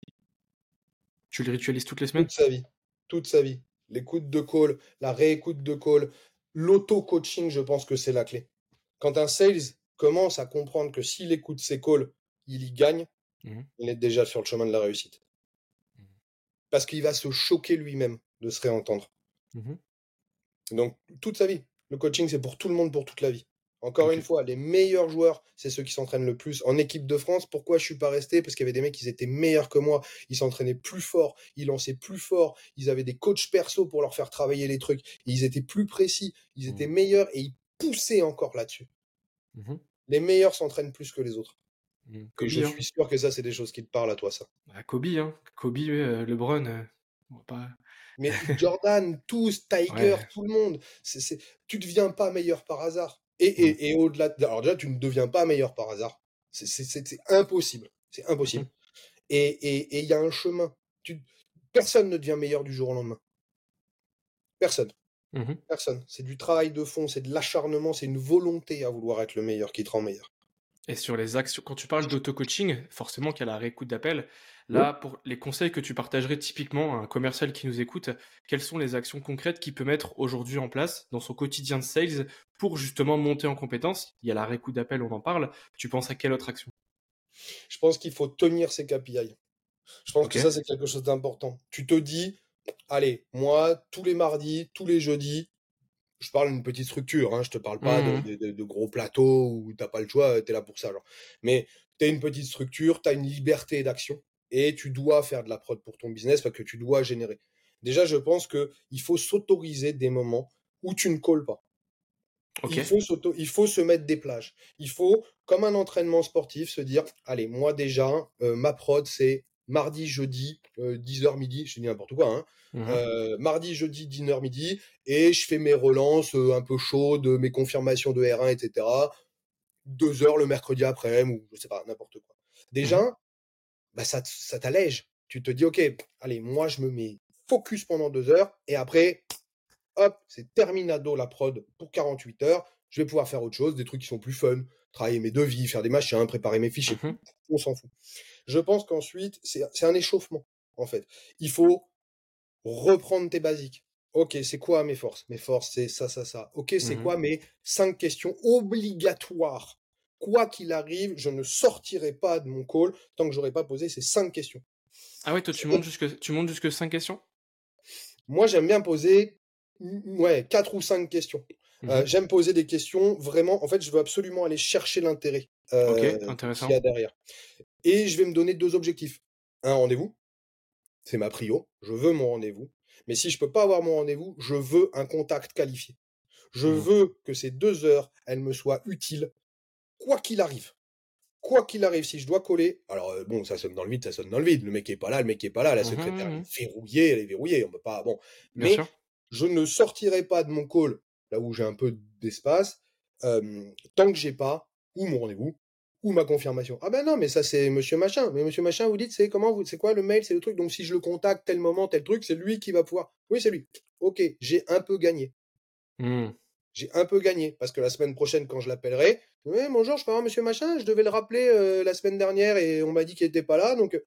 Tu le ritualises toutes les semaines? toute sa vie, toute sa vie. L'écoute de call, la réécoute de call, l'auto-coaching, je pense que c'est la clé. Quand un sales commence à comprendre que s'il écoute ses calls, il y gagne, Mhm. il est déjà sur le chemin de la réussite. Parce qu'il va se choquer lui-même de se réentendre. Mhm. Donc, toute sa vie. Le coaching, c'est pour tout le monde, pour toute la vie. Encore une Ok. fois, les meilleurs joueurs, c'est ceux qui s'entraînent le plus. En équipe de France, pourquoi je suis pas resté? Parce qu'il y avait des mecs qui étaient meilleurs que moi. Ils s'entraînaient plus fort, ils lançaient plus fort, ils avaient des coachs perso pour leur faire travailler les trucs. Et ils étaient plus précis, ils étaient Mhm. meilleurs et ils poussaient encore là-dessus. Mhm. Les meilleurs s'entraînent plus que les autres. Mhm. Et Kobe, je hein. suis sûr que ça, c'est des choses qui te parlent à toi, ça. Bah, Kobe, hein. Kobe, LeBron, on va pas. Mais Jordan, tous, Tiger, Ouais. tout le monde, tu deviens pas meilleur par hasard. Et, Mhm. et, et au-delà alors déjà, tu ne deviens pas meilleur par hasard. C'est impossible. C'est Mhm. impossible. Et il y a un chemin. Personne ne devient meilleur du jour au lendemain. Personne. Mhm. Personne. C'est du travail de fond, c'est de l'acharnement, c'est une volonté à vouloir être le meilleur qui te rend meilleur. Et sur les actions, quand tu parles d'auto-coaching, forcément qu'il y a la réécoute d'appel. Oui. Là, pour les conseils que tu partagerais typiquement à un commercial qui nous écoute, quelles sont les actions concrètes qu'il peut mettre aujourd'hui en place dans son quotidien de sales pour justement monter en compétence? Il y a la réécoute d'appel, on en parle. Tu penses à quelle autre action? Je pense qu'il faut tenir ses KPI. Je pense Ok. que ça, c'est quelque chose d'important. Tu te dis, allez, moi, tous les mardis, tous les jeudis, Je parle d'une petite structure, hein, je te parle pas Mhm. de gros plateaux où t'as pas le choix, tu es là pour ça, genre. Mais tu as une petite structure, tu as une liberté d'action et tu dois faire de la prod pour ton business parce que tu dois générer. Déjà, je pense que il faut s'autoriser des moments où tu ne colles pas. Ok. Il faut se mettre des plages. Il faut, comme un entraînement sportif, se dire, allez, moi déjà, ma prod, c'est mardi, jeudi, 10h midi, je dis n'importe quoi, hein. Mhm. Mardi, jeudi, 10h midi, et je fais mes relances un peu chaudes, mes confirmations de R1, etc. 2 heures le mercredi après, ou je sais pas, n'importe quoi. Mhm. Déjà, bah, ça t'allège. Tu te dis, ok, allez, moi, je me mets focus pendant 2 heures, et après, hop, c'est terminado la prod pour 48 heures. Je vais pouvoir faire autre chose, des trucs qui sont plus fun, travailler mes devis, faire des machins, préparer mes fichiers. Mhm. On s'en fout. Je pense qu'ensuite, c'est un échauffement, en fait. Il faut reprendre tes basiques. Ok, c'est quoi mes forces? Mes forces, c'est ça, ça, ça. Ok, c'est Mhm. quoi mes 5 questions obligatoires? Quoi qu'il arrive, je ne sortirai pas de mon call tant que j'aurai pas posé ces 5 questions. Ah ouais, toi, tu montes jusque 5 questions? Moi, j'aime bien poser, ouais, 4 ou 5 questions. Mhm. J'aime poser des questions vraiment. En fait, je veux absolument aller chercher l'intérêt Ok, qu'il y a intéressant. derrière. Et je vais me donner 2 objectifs. Un rendez-vous, c'est ma prio. Je veux mon rendez-vous. Mais si je peux pas avoir mon rendez-vous, je veux un contact qualifié. Je Mhm. veux que ces 2 heures, elles me soient utiles, quoi qu'il arrive. Quoi qu'il arrive, si je dois coller, alors bon, ça sonne dans le vide, ça sonne dans le vide. Le mec est pas là, le mec est pas là, la Mhm. secrétaire elle Mhm. est verrouillée, elle est verrouillée, on peut pas. Bon, Bien mais sûr. je ne sortirai pas de mon call là où j'ai un peu d'espace tant que j'ai pas ou mon rendez-vous ou ma confirmation. Ah ben non, mais ça c'est Monsieur Machin. Mais Monsieur Machin, vous dites c'est comment vous, c'est quoi le mail, c'est le truc. Donc si je le contacte tel moment, tel truc, c'est lui qui va pouvoir. Oui, c'est lui. Ok, j'ai un peu gagné. Mhm. J'ai un peu gagné parce que la semaine prochaine, quand je l'appellerai, oui, bonjour, je peux avoir Monsieur Machin, je devais le rappeler la semaine dernière et on m'a dit qu'il n'était pas là, donc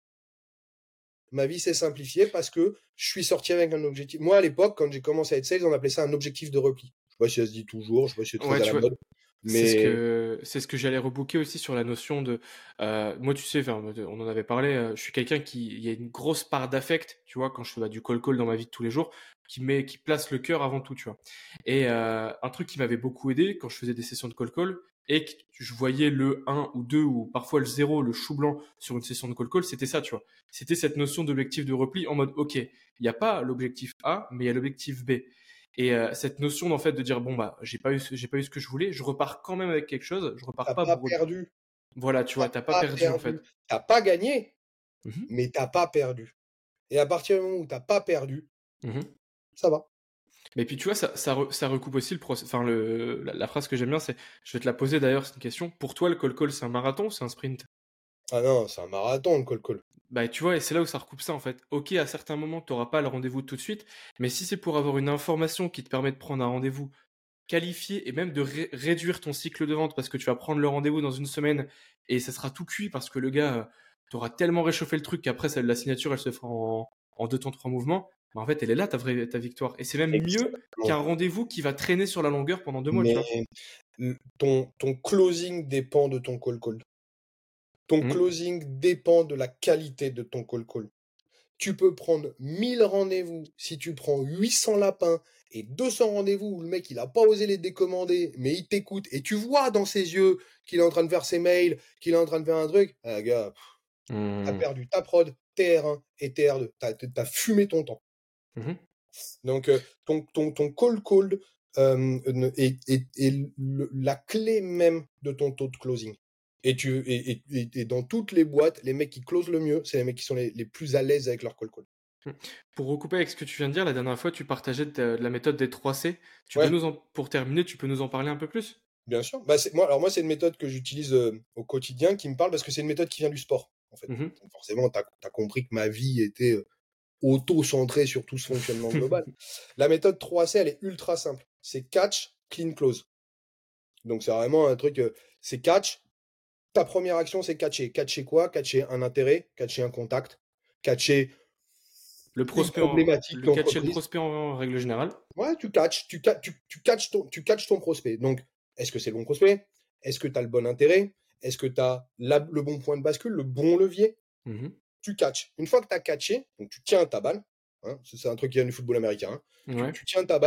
ma vie s'est simplifiée parce que je suis sorti avec un objectif. Moi, à l'époque, quand j'ai commencé à être sales, on appelait ça un objectif de repli. Je sais pas si ça se dit toujours, je sais pas si c'est très Ouais, à tu la vois, mode, c'est ce mais que c'est ce que j'allais rebooker aussi sur la notion de. Moi, tu sais, enfin, on en avait parlé. Je suis quelqu'un qui, il y a une grosse part d'affect, tu vois, quand je fais du call dans ma vie de tous les jours, qui place le cœur avant tout, tu vois. Et un truc qui m'avait beaucoup aidé quand je faisais des sessions de call et que je voyais le un ou 2 ou parfois le zéro, le chou blanc sur une session de call, c'était ça, tu vois. C'était cette notion d'objectif de repli en mode, ok, il n'y a pas l'objectif A, mais il y a l'objectif B. Et cette notion en fait de dire bon bah j'ai pas eu ce que je voulais, je repars quand même avec quelque chose, je repars t'as pas pas brodé. perdu. Voilà, tu vois, T'as t'as pas pas perdu en perdu. fait. T'as pas gagné, Mhm, mais t'as pas perdu. Et à partir du moment où t'as pas perdu, mhm. ça va. Mais puis tu vois, ça recoupe aussi enfin la phrase que j'aime bien, c'est, je vais te la poser d'ailleurs, c'est une question. Pour toi, le call c'est un marathon ou c'est un sprint? Ah non, c'est un marathon le call. Bah tu vois, et c'est là où ça recoupe ça en fait. Ok, à certains moments, t'auras pas le rendez-vous tout de suite, mais si c'est pour avoir une information qui te permet de prendre un rendez-vous qualifié et même de réduire ton cycle de vente parce que tu vas prendre le rendez-vous dans une semaine et ça sera tout cuit parce que le gars, t'auras tellement réchauffé le truc qu'après, la signature, elle se fera en deux temps, trois mouvements. Bah, en fait, elle est là, ta victoire. Et c'est même mieux qu'un Exactement. rendez-vous qui va traîner sur la longueur pendant 2 mois, tu Mais vois. ton closing dépend de ton call. Ton Mhm. closing dépend de la qualité de ton call. Tu peux prendre 1000 rendez-vous si tu prends 800 lapins et 200 rendez-vous où le mec il a pas osé les décommander, mais il t'écoute et tu vois dans ses yeux qu'il est en train de faire ses mails, qu'il est en train de faire un truc. Ah, gars, t'as Mhm. perdu ta prod, TR1 et TR2. T'as fumé ton temps. Mhm. Donc, ton call est la clé même de ton taux de closing. Et dans toutes les boîtes, les mecs qui closent le mieux, c'est les mecs qui sont les plus à l'aise avec leur call. Mhm. Pour recouper avec ce que tu viens de dire, la dernière fois, tu partageais de la méthode des 3C. Ouais, Pour terminer, tu peux nous en parler un peu plus? bien sûr. Bah, moi, c'est une méthode que j'utilise au quotidien qui me parle parce que c'est une méthode qui vient du sport, en fait. Mhm. Donc, forcément, tu as compris que ma vie était auto-centrée sur tout ce fonctionnement global. La méthode 3C, elle est ultra simple. C'est catch, clean, close. Donc, c'est vraiment un truc, c'est catch. Ta première action, c'est catcher. Catcher quoi? Catcher un intérêt, catcher un contact, catcher une problématique Le catcher le d'entreprise. prospect en règle générale. Ouais, tu catches ton prospect. Donc, est-ce que c'est le bon prospect? Est-ce que tu as le bon intérêt? Est-ce que tu as le bon point de bascule, le bon levier? Mhm. Tu catches. Une fois que tu as catché, donc tu tiens ta balle, hein, c'est un truc qui vient du football américain, hein, Ouais. tu tiens ta balle,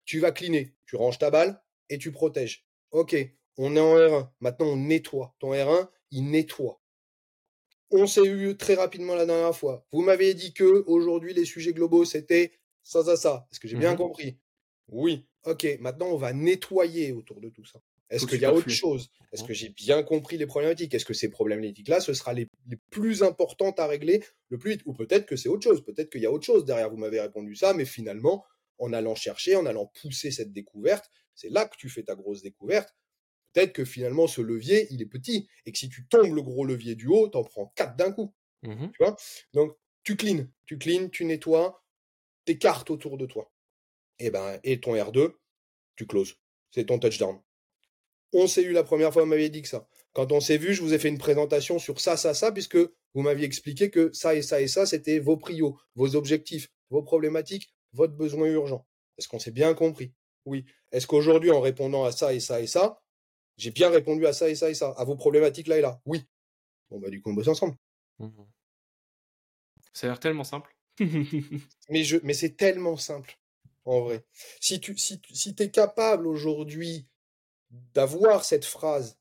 Tu vas cleaner, tu ranges ta balle et tu protèges. Ok, on est en R1. Maintenant, on nettoie. Ton R1, il nettoie. On s'est eu très rapidement la dernière fois. Vous m'avez dit que aujourd'hui les sujets globaux, c'était ça, ça, ça. Est-ce que j'ai bien compris? Oui. Ok, maintenant, on va nettoyer autour de tout ça. Est-ce Tout le qu'il y a autre superflu. chose? Est-ce que j'ai bien compris les problématiques? Est-ce que ces problématiques-là, ce sera les plus importantes à régler le plus vite? Ou peut-être que c'est autre chose. Peut-être qu'il y a autre chose derrière. Vous m'avez répondu ça, mais finalement, en allant chercher, en allant pousser cette découverte, c'est là que tu fais ta grosse découverte. Peut-être que finalement, ce levier, il est petit. Et que si tu tombes le gros levier du haut, t'en prends 4 d'un coup. Mhm. Tu vois? Donc, tu cleans, tu nettoies, t'écartes autour de toi. Et ton R2, tu closes. C'est ton touchdown. On s'est eu la première fois, vous m'aviez dit que ça. Quand on s'est vu, je vous ai fait une présentation sur ça, ça, ça, puisque vous m'aviez expliqué que ça et ça et ça, c'était vos prios, vos objectifs, vos problématiques, votre besoin urgent. Est-ce qu'on s'est bien compris? Oui. Est-ce qu'aujourd'hui, en répondant à ça et ça et ça, j'ai bien répondu à ça et ça et ça, à vos problématiques là et là? Oui. Bon, bah, du coup, on bosse ensemble. Mhm. Ça a l'air tellement simple. Mais c'est tellement simple, en vrai. Si t'es capable aujourd'hui d'avoir cette phrase,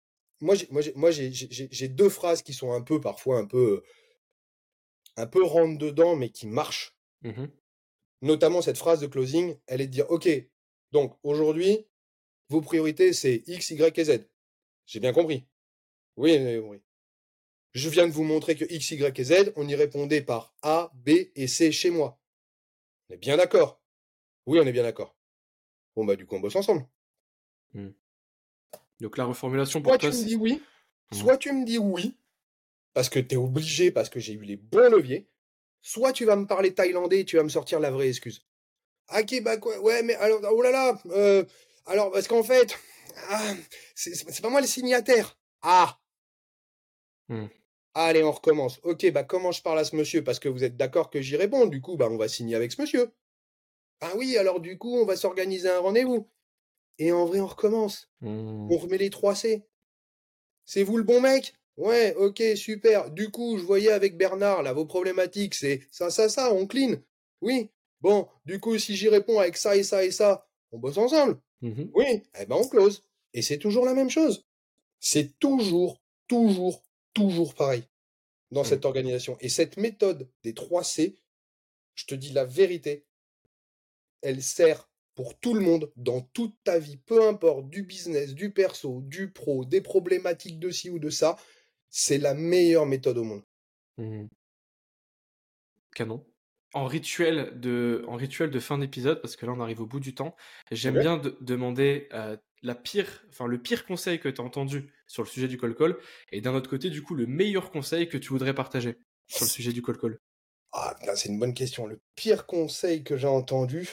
j'ai deux phrases qui sont un peu, parfois, un peu rentre dedans, mais qui marchent. Mhm. Notamment cette phrase de closing, elle est de dire, OK, donc aujourd'hui, vos priorités, c'est X, Y et Z. J'ai bien compris. Oui, oui. Je viens de vous montrer que X, Y et Z, on y répondait par A, B et C chez moi. On est bien d'accord. Oui, on est bien d'accord. Bon, bah, du coup, on bosse ensemble. Mhm. Donc la reformulation pour Soit toi, tu me c'est... dis oui, Mhm. soit tu me dis oui, parce que t'es obligé, parce que j'ai eu les bons leviers, soit tu vas me parler thaïlandais et tu vas me sortir la vraie excuse. Ah, ok, bah quoi, ouais, mais alors, oh là là, alors, parce qu'en fait, ah, c'est pas moi le signataire. Ah, Mhm. allez, on recommence. Ok, bah comment je parle à ce monsieur? Parce que vous êtes d'accord que j'y réponds, du coup, bah on va signer avec ce monsieur. Ah oui, alors du coup, on va s'organiser un rendez-vous. Et en vrai, on recommence. Mhm. On remet les 3 C. C'est vous le bon mec? Ouais, ok, super. Du coup, je voyais avec Bernard, là, vos problématiques, c'est ça, ça, ça, on clean. Oui. Bon, du coup, si j'y réponds avec ça et ça et ça, on bosse ensemble. Mhm. Oui. Eh ben, on close. Et c'est toujours la même chose. C'est toujours pareil dans Mhm. cette organisation. Et cette méthode des 3 C, je te dis la vérité, elle sert pour tout le monde dans toute ta vie, peu importe, du business, du perso, du pro, des problématiques de ci ou de ça, c'est la meilleure méthode au monde. Mhm. Canon. En rituel de fin d'épisode, parce que là on arrive au bout du temps, j'aime Ok. bien demander le pire conseil que tu as entendu sur le sujet du call-call, et d'un autre côté, du coup, le meilleur conseil que tu voudrais partager sur le sujet du call-call. Ah, putain, c'est une bonne question. Le pire conseil que j'ai entendu,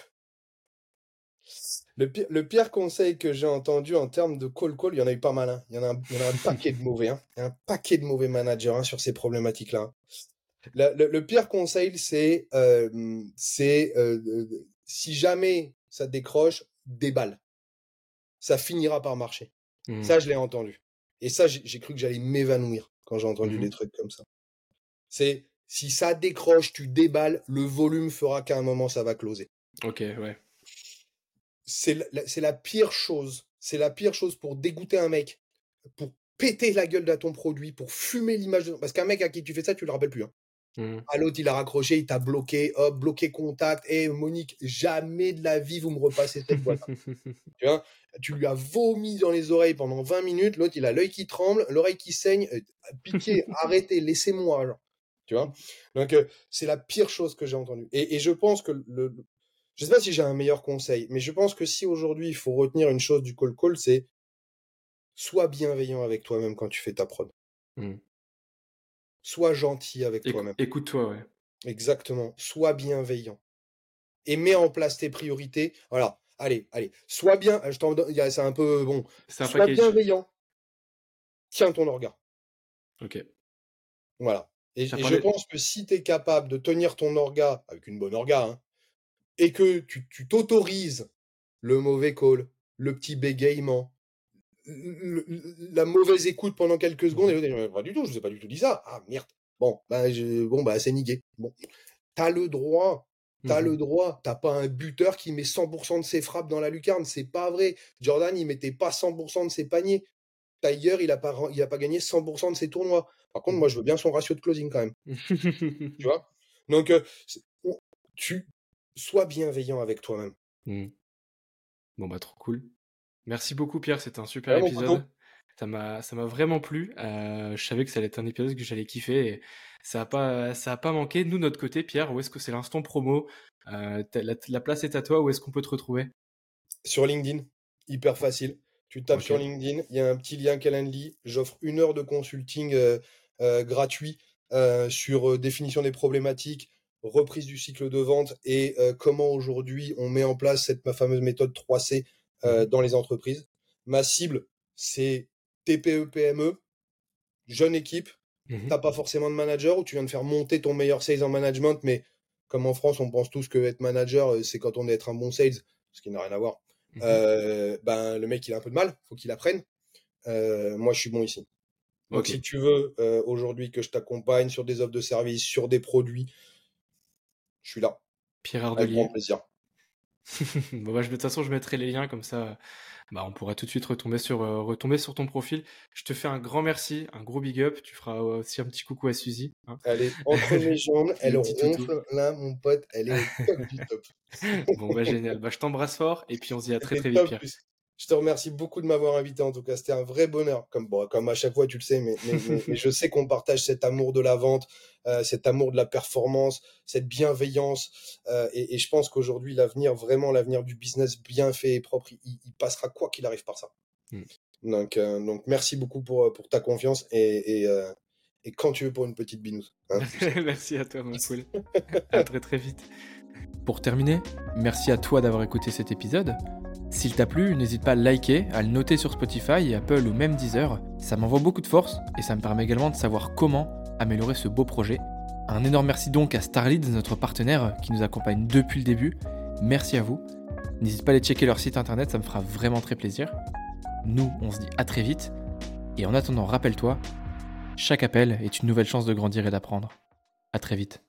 le pire conseil que j'ai entendu en termes de call, il y en a eu pas mal, hein. Il y en a un paquet de mauvais, hein. Il y a un paquet de mauvais managers, hein, sur ces problématiques-là, hein. Le pire conseil, si jamais ça décroche, déballe. Ça finira par marcher. Mhm. Ça, je l'ai entendu. Et ça, j'ai cru que j'allais m'évanouir quand j'ai entendu des Mhm. trucs comme ça. C'est, si ça décroche, tu déballes, le volume fera qu'à un moment, ça va closer. Ok, ouais. C'est la pire chose. C'est la pire chose pour dégoûter un mec, pour péter la gueule de ton produit, pour fumer l'image de... Parce qu'un mec à qui tu fais ça, tu le rappelles plus, hein. Mhm. À l'autre, il a raccroché, il t'a bloqué, hop, bloqué contact. Eh, Monique, jamais de la vie, vous me repassez cette boîte. Tu vois, tu lui as vomi dans les oreilles pendant 20 minutes, l'autre, il a l'œil qui tremble, l'oreille qui saigne. Pitié, arrêtez, laissez-moi, genre. Tu vois? Donc, c'est la pire chose que j'ai entendue. Et je pense que je sais pas si j'ai un meilleur conseil, mais je pense que si aujourd'hui il faut retenir une chose du call, c'est sois bienveillant avec toi-même quand tu fais ta prod. Mhm. Sois gentil avec toi-même. Écoute-toi, ouais. Exactement. Sois bienveillant. Et mets en place tes priorités. Voilà. Allez. Sois bien, c'est un peu bon. C'est un Sois package. bienveillant. Tiens ton orga. Ok. Voilà. T'as Et je parlé. pense que si tu es capable de tenir ton orga avec une bonne orga, hein, et que tu t'autorises le mauvais call, le petit bégaiement, la mauvaise écoute pendant quelques secondes, Mhm. et pas du tout, je vous ai pas du tout dit ça. Ah merde. Bon, bah c'est niqué. Bon, t'as le droit. T'as Mhm. le droit. T'as pas un buteur qui met 100% de ses frappes dans la lucarne. C'est pas vrai. Jordan, il mettait pas 100% de ses paniers. Tiger, il a pas gagné 100% de ses tournois. Par contre, moi, Mhm. je veux bien son ratio de closing quand même. Tu vois? Donc, tu sois bienveillant avec toi-même. Mhm. Bon, bah, trop cool. Merci beaucoup, Pierre. C'était un super Ouais, mon poteau. épisode. Ça m'a vraiment plu. Je savais que ça allait être un épisode que j'allais kiffer et ça a pas manqué. Nous, de notre côté, Pierre, où est-ce que c'est l'instant promo? La place est à toi. Où est-ce qu'on peut te retrouver? Sur LinkedIn, hyper facile. Tu tapes Ok. sur LinkedIn, il y a un petit lien Calendly. J'offre 1 heure de consulting gratuit sur définition des problématiques, reprise du cycle de vente et comment aujourd'hui on met en place ma fameuse méthode 3C Mhm. dans les entreprises. Ma cible, c'est TPE, PME, jeune équipe. Mhm. T'as pas forcément de manager ou tu viens de faire monter ton meilleur sales en management, mais comme en France, on pense tous que être manager, c'est quand on est être un bon sales, ce qui n'a rien à voir. Mhm. Ben, le mec, il a un peu de mal, faut qu'il apprenne. Moi, je suis bon ici. Donc, Ok. si tu veux aujourd'hui que je t'accompagne sur des offres de services, sur des produits, je suis là, Pierre avec grand Ardelier. plaisir. Bon, bah, de toute façon, je mettrai les liens comme ça. Bah, on pourra tout de suite retomber sur ton profil. Je te fais un grand merci, un gros big up. Tu feras aussi un petit coucou à Suzy, hein. Elle est entre mes jambes, elle Le petit toutou. ronfle. Là, mon pote, elle est au top du top. Bon, bah, génial. Bah, je t'embrasse fort et puis on se dit à très C'était très vite, top. Pierre. Je te remercie beaucoup de m'avoir invité en tout cas. C'était un vrai bonheur. Comme à chaque fois, tu le sais, mais je sais qu'on partage cet amour de la vente, cet amour de la performance, cette bienveillance. Et je pense qu'aujourd'hui, vraiment l'avenir du business bien fait et propre, il passera quoi qu'il arrive par ça. Mm. Donc merci beaucoup pour ta confiance et quand tu veux pour une petite binouse, hein, tu sais. Merci à toi, mon poule. À très très vite. Pour terminer, merci à toi d'avoir écouté cet épisode. S'il t'a plu, n'hésite pas à le liker, à le noter sur Spotify, Apple ou même Deezer. Ça m'envoie beaucoup de force et ça me permet également de savoir comment améliorer ce beau projet. Un énorme merci donc à Starlead, notre partenaire qui nous accompagne depuis le début. Merci à vous. N'hésite pas à aller checker leur site internet, ça me fera vraiment très plaisir. Nous, on se dit à très vite. Et en attendant, rappelle-toi, chaque appel est une nouvelle chance de grandir et d'apprendre. À très vite.